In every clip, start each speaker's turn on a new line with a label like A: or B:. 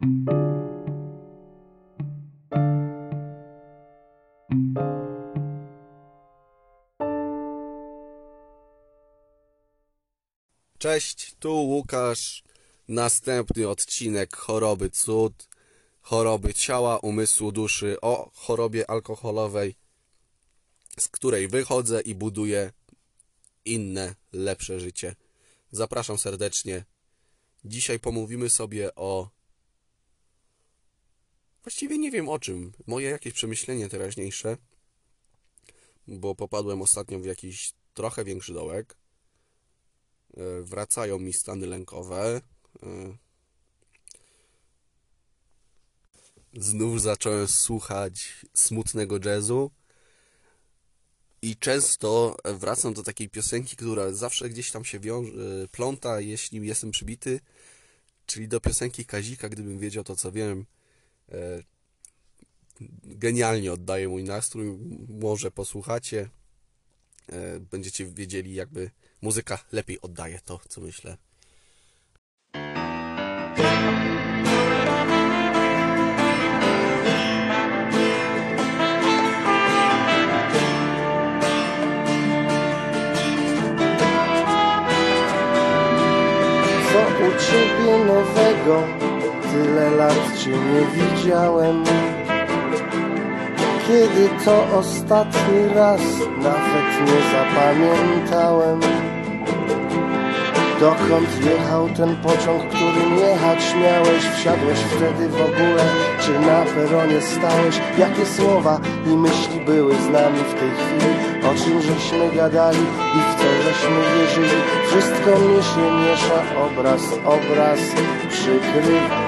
A: Cześć, tu Łukasz. Następny odcinek Choroby Cud, choroby ciała, umysłu, duszy, o chorobie alkoholowej, z której wychodzę i buduję inne, lepsze życie. Zapraszam serdecznie. Dzisiaj pomówimy sobie o... Właściwie nie wiem o czym. Moje jakieś przemyślenie teraźniejsze, bo popadłem ostatnio w jakiś trochę większy dołek. Wracają mi stany lękowe. Znów zacząłem słuchać smutnego jazzu i często wracam do takiej piosenki, która zawsze gdzieś tam się pląta, jeśli jestem przybity, czyli do piosenki Kazika, gdybym wiedział to, co wiem. Genialnie oddaje mój nastrój, może posłuchacie, będziecie wiedzieli, jakby muzyka lepiej oddaje to, co myślę.
B: Co u ciebie nowego? Tyle lat cię nie widziałem. Kiedy to ostatni raz? Nawet nie zapamiętałem. Dokąd jechał ten pociąg, którym jechać miałeś? Wsiadłeś wtedy w ogóle, czy na peronie stałeś? Jakie słowa i myśli były z nami w tej chwili? O czym żeśmy gadali i w co żeśmy wierzyli? Wszystko mnie się miesza, obraz przykrywa.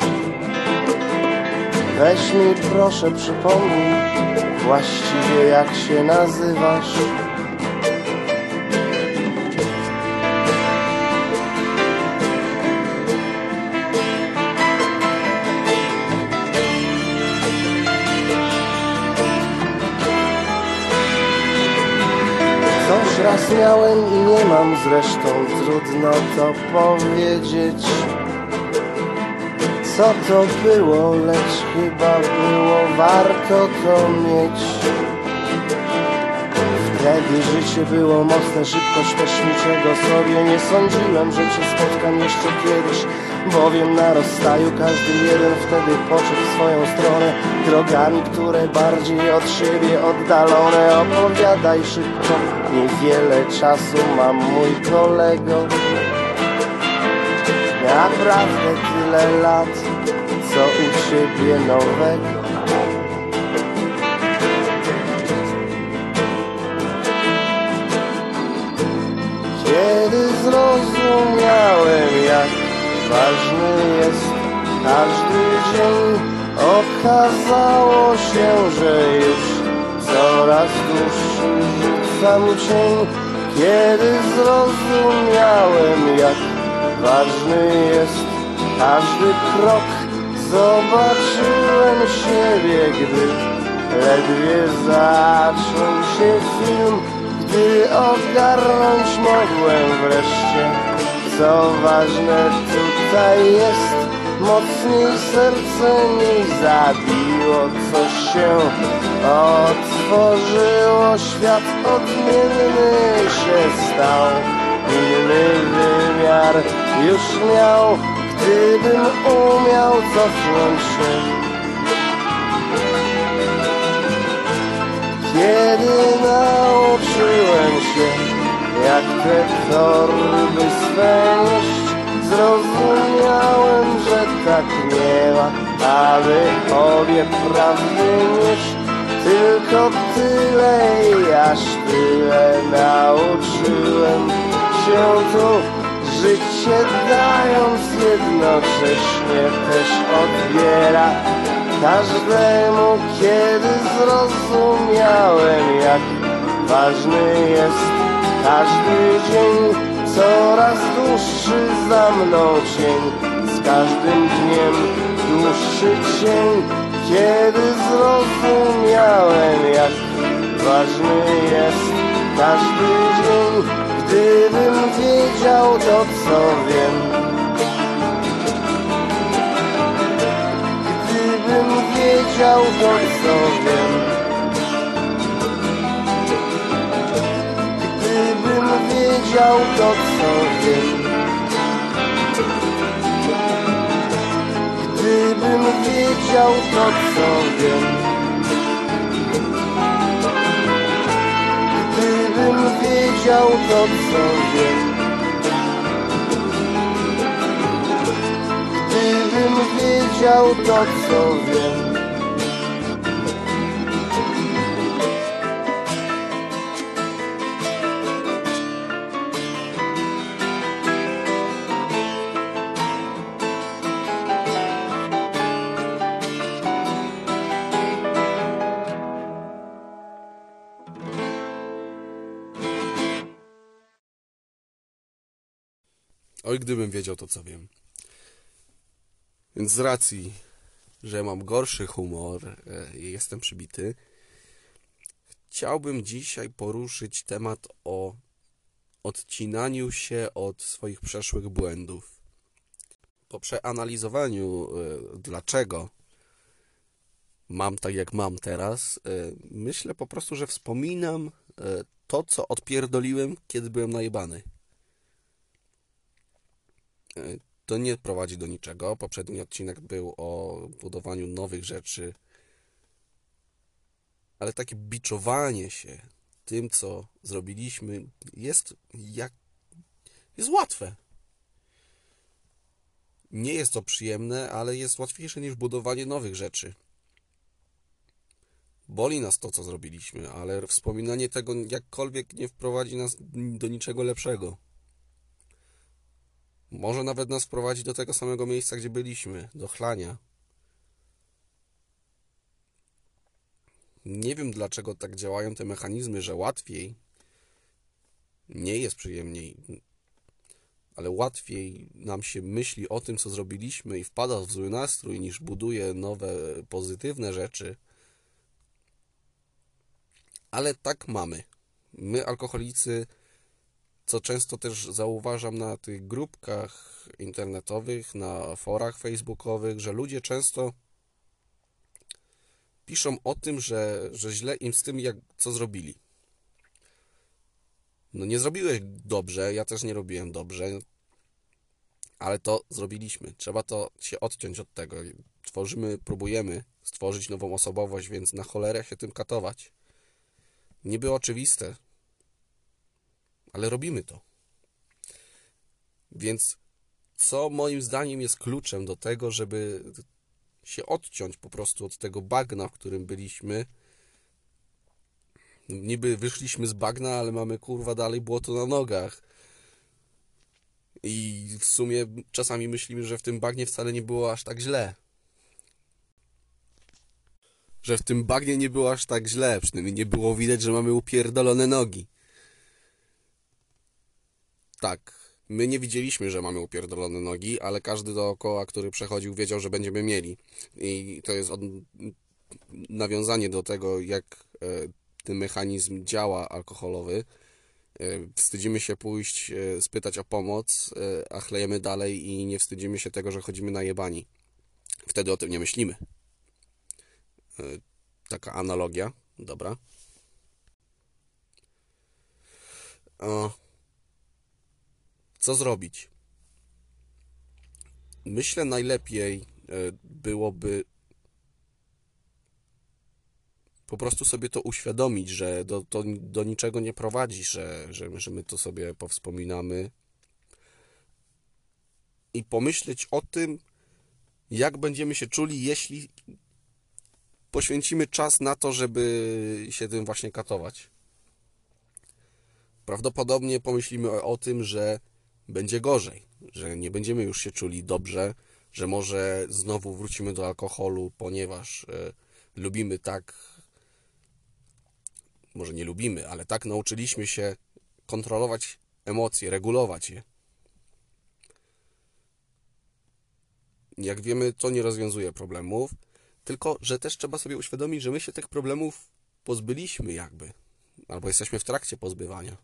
B: Weź mi proszę przypomnij, właściwie jak się nazywasz? Coś raz miałem i nie mam, zresztą trudno to powiedzieć. Co to było, lecz chyba było warto to mieć. Wtedy życie było mocne, szybkość też niczego sobie nie sądziłem, że cię spotkam jeszcze kiedyś, bowiem na rozstaju każdy jeden wtedy poszedł w swoją stronę, drogami, które bardziej od siebie oddalone. Opowiadaj szybko, niewiele czasu mam, mój kolego. Naprawdę tyle lat, co u ciebie nowego? Kiedy zrozumiałem, jak ważny jest każdy dzień, okazało się, że już coraz dłuższy rzucam cień. Kiedy zrozumiałem, jak ważny jest każdy krok, zobaczyłem siebie, gdy ledwie zaczął się film, gdy ogarnąć mogłem wreszcie, co ważne tutaj jest. Mocniej serce mi zabiło, coś się otworzyło, świat odmienny się stał. Inny wymiar już miał, gdybym umiał cofnąć się. Kiedy nauczyłem się, jak te torby swe nieść, zrozumiałem, że tak nie ma, aby obie prawdy mieć. Tylko tyle i aż tyle nauczyłem się tu, życie dając jednocześnie też odbiera każdemu. Kiedy zrozumiałem, jak ważny jest każdy dzień, coraz dłuższy za mną cień, z każdym dniem dłuższy cień. Kiedy zrozumiałem, jak ważny jest każdy dzień, gdybym wiedział to, co wiem. wiedział to, co wiem. Gdybym wiedział to, co wiem. Gdybym wiedział to, co wiem. Gdybym wiedział to, co wiem. Gdybym wiedział to, co wiem.
A: Oj, gdybym wiedział to, co wiem. Więc z racji, że mam gorszy humor i jestem przybity, chciałbym dzisiaj poruszyć temat o odcinaniu się od swoich przeszłych błędów. Po przeanalizowaniu, dlaczego mam tak, jak mam teraz, myślę po prostu, że wspominam to, co odpierdoliłem, kiedy byłem najebany. To nie prowadzi do niczego. Poprzedni odcinek był o budowaniu nowych rzeczy, ale takie biczowanie się tym, co zrobiliśmy, jest łatwe. Nie jest to przyjemne, ale jest łatwiejsze niż budowanie nowych rzeczy. Boli nas to, co zrobiliśmy, ale wspominanie tego jakkolwiek nie wprowadzi nas do niczego lepszego. Może nawet nas wprowadzi do tego samego miejsca, gdzie byliśmy, do chlania. Nie wiem, dlaczego tak działają te mechanizmy, że łatwiej nie jest przyjemniej, ale łatwiej nam się myśli o tym, co zrobiliśmy i wpada w zły nastrój, niż buduje nowe, pozytywne rzeczy. Ale tak mamy. My, alkoholicy, co często też zauważam na tych grupkach internetowych, na forach facebookowych, że ludzie często piszą o tym, że źle im z tym, co zrobili. No nie zrobiłeś dobrze, ja też nie robiłem dobrze, ale to zrobiliśmy. Trzeba to się odciąć od tego. Próbujemy stworzyć nową osobowość, więc na cholerę się tym katować. Niby oczywiste, ale robimy to. Więc co moim zdaniem jest kluczem do tego, żeby się odciąć po prostu od tego bagna, w którym byliśmy. Niby wyszliśmy z bagna, ale mamy kurwa dalej błoto na nogach. I w sumie czasami myślimy, że w tym bagnie wcale nie było aż tak źle. Że w tym bagnie nie było aż tak źle, przynajmniej nie było widać, że mamy upierdolone nogi. Tak, my nie widzieliśmy, że mamy upierdolone nogi, ale każdy dookoła, który przechodził, wiedział, że będziemy mieli. I to jest nawiązanie do tego, jak ten mechanizm działa alkoholowy. Wstydzimy się pójść, spytać o pomoc, a chlejemy dalej i nie wstydzimy się tego, że chodzimy najebani. Wtedy o tym nie myślimy. Taka analogia, dobra. Co zrobić? Myślę, najlepiej byłoby po prostu sobie to uświadomić, że to do niczego nie prowadzi, że my to sobie powspominamy i pomyśleć o tym, jak będziemy się czuli, jeśli poświęcimy czas na to, żeby się tym właśnie katować. Prawdopodobnie pomyślimy o tym, że będzie gorzej, że nie będziemy już się czuli dobrze, że może znowu wrócimy do alkoholu, ponieważ lubimy tak, może nie lubimy, ale tak nauczyliśmy się kontrolować emocje, regulować je. Jak wiemy, to nie rozwiązuje problemów, tylko że też trzeba sobie uświadomić, że my się tych problemów pozbyliśmy jakby, albo jesteśmy w trakcie pozbywania.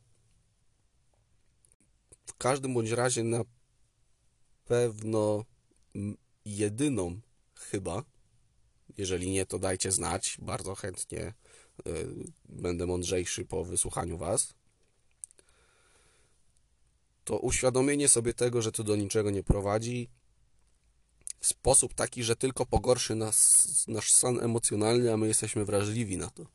A: W każdym bądź razie na pewno jedyną chyba Jeżeli nie, to dajcie znać. Bardzo chętnie będę mądrzejszy po wysłuchaniu Was. To uświadomienie sobie tego, że to do niczego nie prowadzi w sposób taki, że tylko pogorszy nasz stan emocjonalny, a my jesteśmy wrażliwi na to.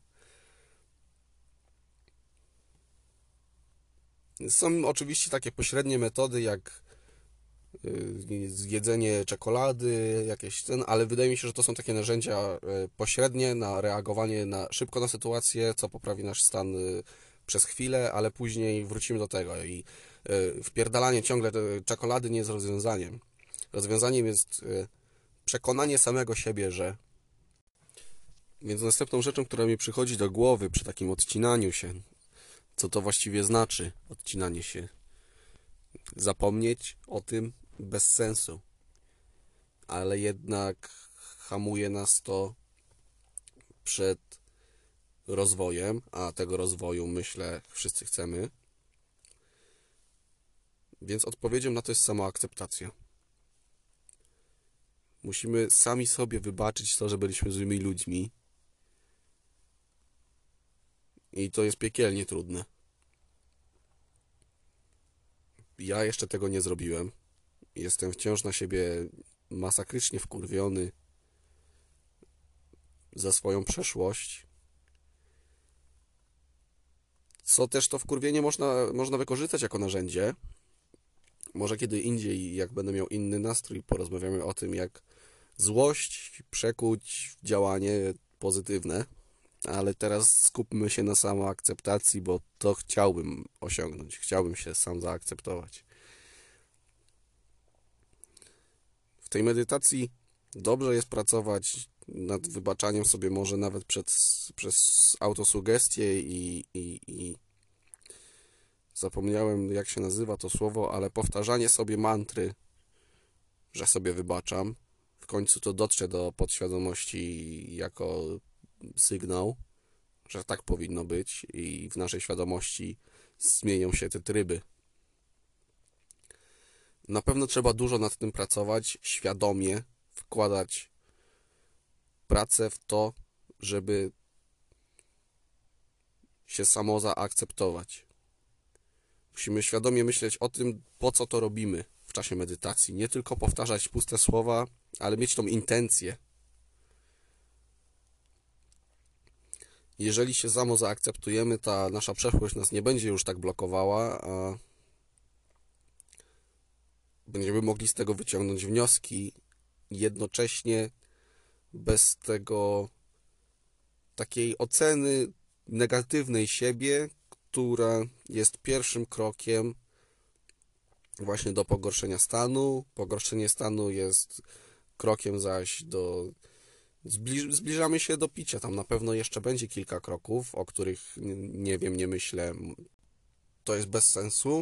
A: Są oczywiście takie pośrednie metody, jak jedzenie czekolady, jakieś ale wydaje mi się, że to są takie narzędzia pośrednie na reagowanie szybko na sytuację, co poprawi nasz stan przez chwilę, ale później wrócimy do tego i wpierdalanie ciągle czekolady nie jest rozwiązaniem. Rozwiązaniem jest przekonanie samego siebie, że... Więc następną rzeczą, która mi przychodzi do głowy przy takim odcinaniu się, co to właściwie znaczy, odcinanie się? Zapomnieć o tym bez sensu, ale jednak hamuje nas to przed rozwojem, a tego rozwoju, myślę, wszyscy chcemy. Więc odpowiedzią na to jest samoakceptacja. Musimy sami sobie wybaczyć to, że byliśmy złymi ludźmi. I to jest piekielnie trudne. Ja jeszcze tego nie zrobiłem. Jestem wciąż na siebie masakrycznie wkurwiony za swoją przeszłość. Co też to wkurwienie można wykorzystać jako narzędzie. Może kiedy indziej, jak będę miał inny nastrój, porozmawiamy o tym, jak złość przekuć w działanie pozytywne. Ale teraz skupmy się na samoakceptacji, bo to chciałbym osiągnąć. Chciałbym się sam zaakceptować. W tej medytacji dobrze jest pracować nad wybaczaniem sobie może nawet przez autosugestię i zapomniałem, jak się nazywa to słowo, ale powtarzanie sobie mantry, że sobie wybaczam. W końcu to dotrze do podświadomości jako sygnał, że tak powinno być i w naszej świadomości zmienią się te tryby. Na pewno trzeba dużo nad tym pracować, świadomie wkładać pracę w to, żeby się samo zaakceptować. Musimy świadomie myśleć o tym, po co to robimy w czasie medytacji. Nie tylko powtarzać puste słowa, ale mieć tą intencję. Jeżeli się samo zaakceptujemy, ta nasza przeszłość nas nie będzie już tak blokowała, a będziemy mogli z tego wyciągnąć wnioski, jednocześnie bez tego takiej oceny negatywnej siebie, która jest pierwszym krokiem właśnie do pogorszenia stanu. Pogorszenie stanu jest krokiem zaś do... Zbliżamy się do picia. Tam na pewno jeszcze będzie kilka kroków, o których nie wiem, nie myślę. To jest bez sensu.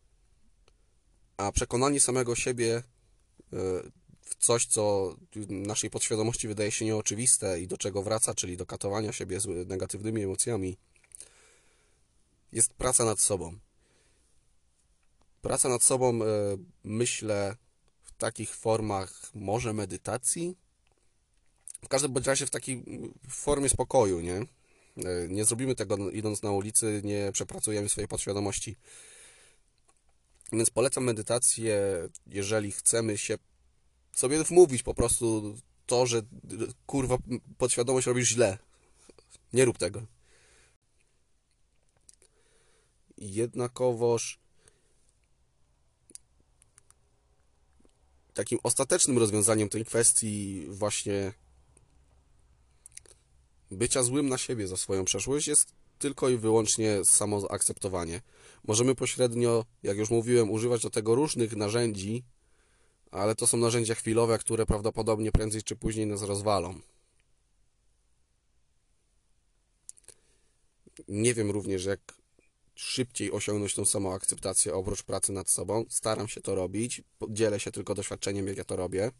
A: A przekonanie samego siebie w coś, co naszej podświadomości wydaje się nieoczywiste i do czego wraca, czyli do katowania siebie z negatywnymi emocjami, jest praca nad sobą. Praca nad sobą, myślę, w takich formach może medytacji, w każdym bądź razie w takiej formie spokoju, nie? Nie zrobimy tego idąc na ulicy, nie przepracujemy swojej podświadomości. Więc polecam medytację, jeżeli chcemy się sobie wmówić po prostu to, że kurwa podświadomość robisz źle. Nie rób tego. Jednakowoż takim ostatecznym rozwiązaniem tej kwestii właśnie bycia złym na siebie za swoją przeszłość jest tylko i wyłącznie samoakceptowanie. Możemy pośrednio, jak już mówiłem, używać do tego różnych narzędzi, ale to są narzędzia chwilowe, które prawdopodobnie prędzej czy później nas rozwalą. Nie wiem również, jak szybciej osiągnąć tą samoakceptację oprócz pracy nad sobą. Staram się to robić, dzielę się tylko doświadczeniem, jak ja to robię.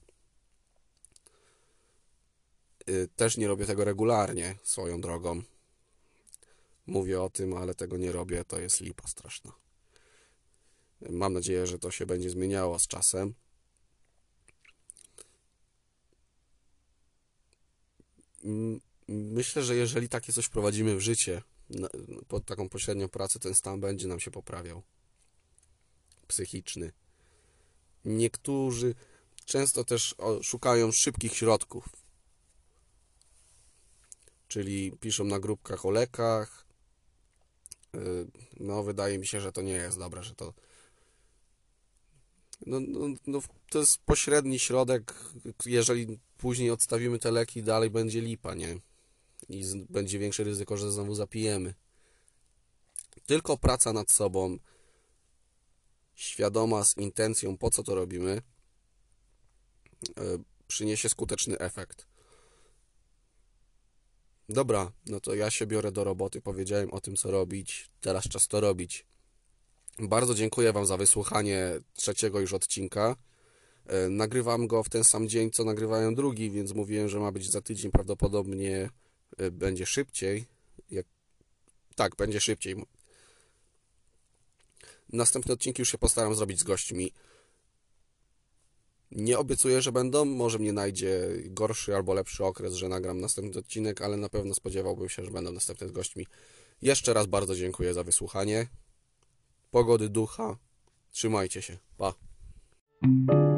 A: Też nie robię tego regularnie, swoją drogą. Mówię o tym, ale tego nie robię, to jest lipa straszna. Mam nadzieję, że to się będzie zmieniało z czasem. Myślę, że jeżeli takie coś wprowadzimy w życie, pod taką pośrednią pracę, ten stan będzie nam się poprawiał. Psychiczny. Niektórzy często też szukają szybkich środków. Czyli piszą na grupkach o lekach. No, wydaje mi się, że to nie jest dobre, że to... No, to jest pośredni środek. Jeżeli później odstawimy te leki, dalej będzie lipa, nie? I będzie większe ryzyko, że znowu zapijemy. Tylko praca nad sobą, świadoma, z intencją, po co to robimy, przyniesie skuteczny efekt. Dobra, no to ja się biorę do roboty, powiedziałem o tym, co robić, teraz czas to robić. Bardzo dziękuję Wam za wysłuchanie 3. już odcinka. Nagrywam go w ten sam dzień, co nagrywałem drugi, więc mówiłem, że ma być za tydzień, prawdopodobnie będzie szybciej. Tak, będzie szybciej. Następne odcinki już się postaram zrobić z gośćmi. Nie obiecuję, że będą, może mnie najdzie gorszy albo lepszy okres, że nagram następny odcinek, ale na pewno spodziewałbym się, że będą następne z gośćmi. Jeszcze raz bardzo dziękuję za wysłuchanie. Pogody ducha. Trzymajcie się. Pa.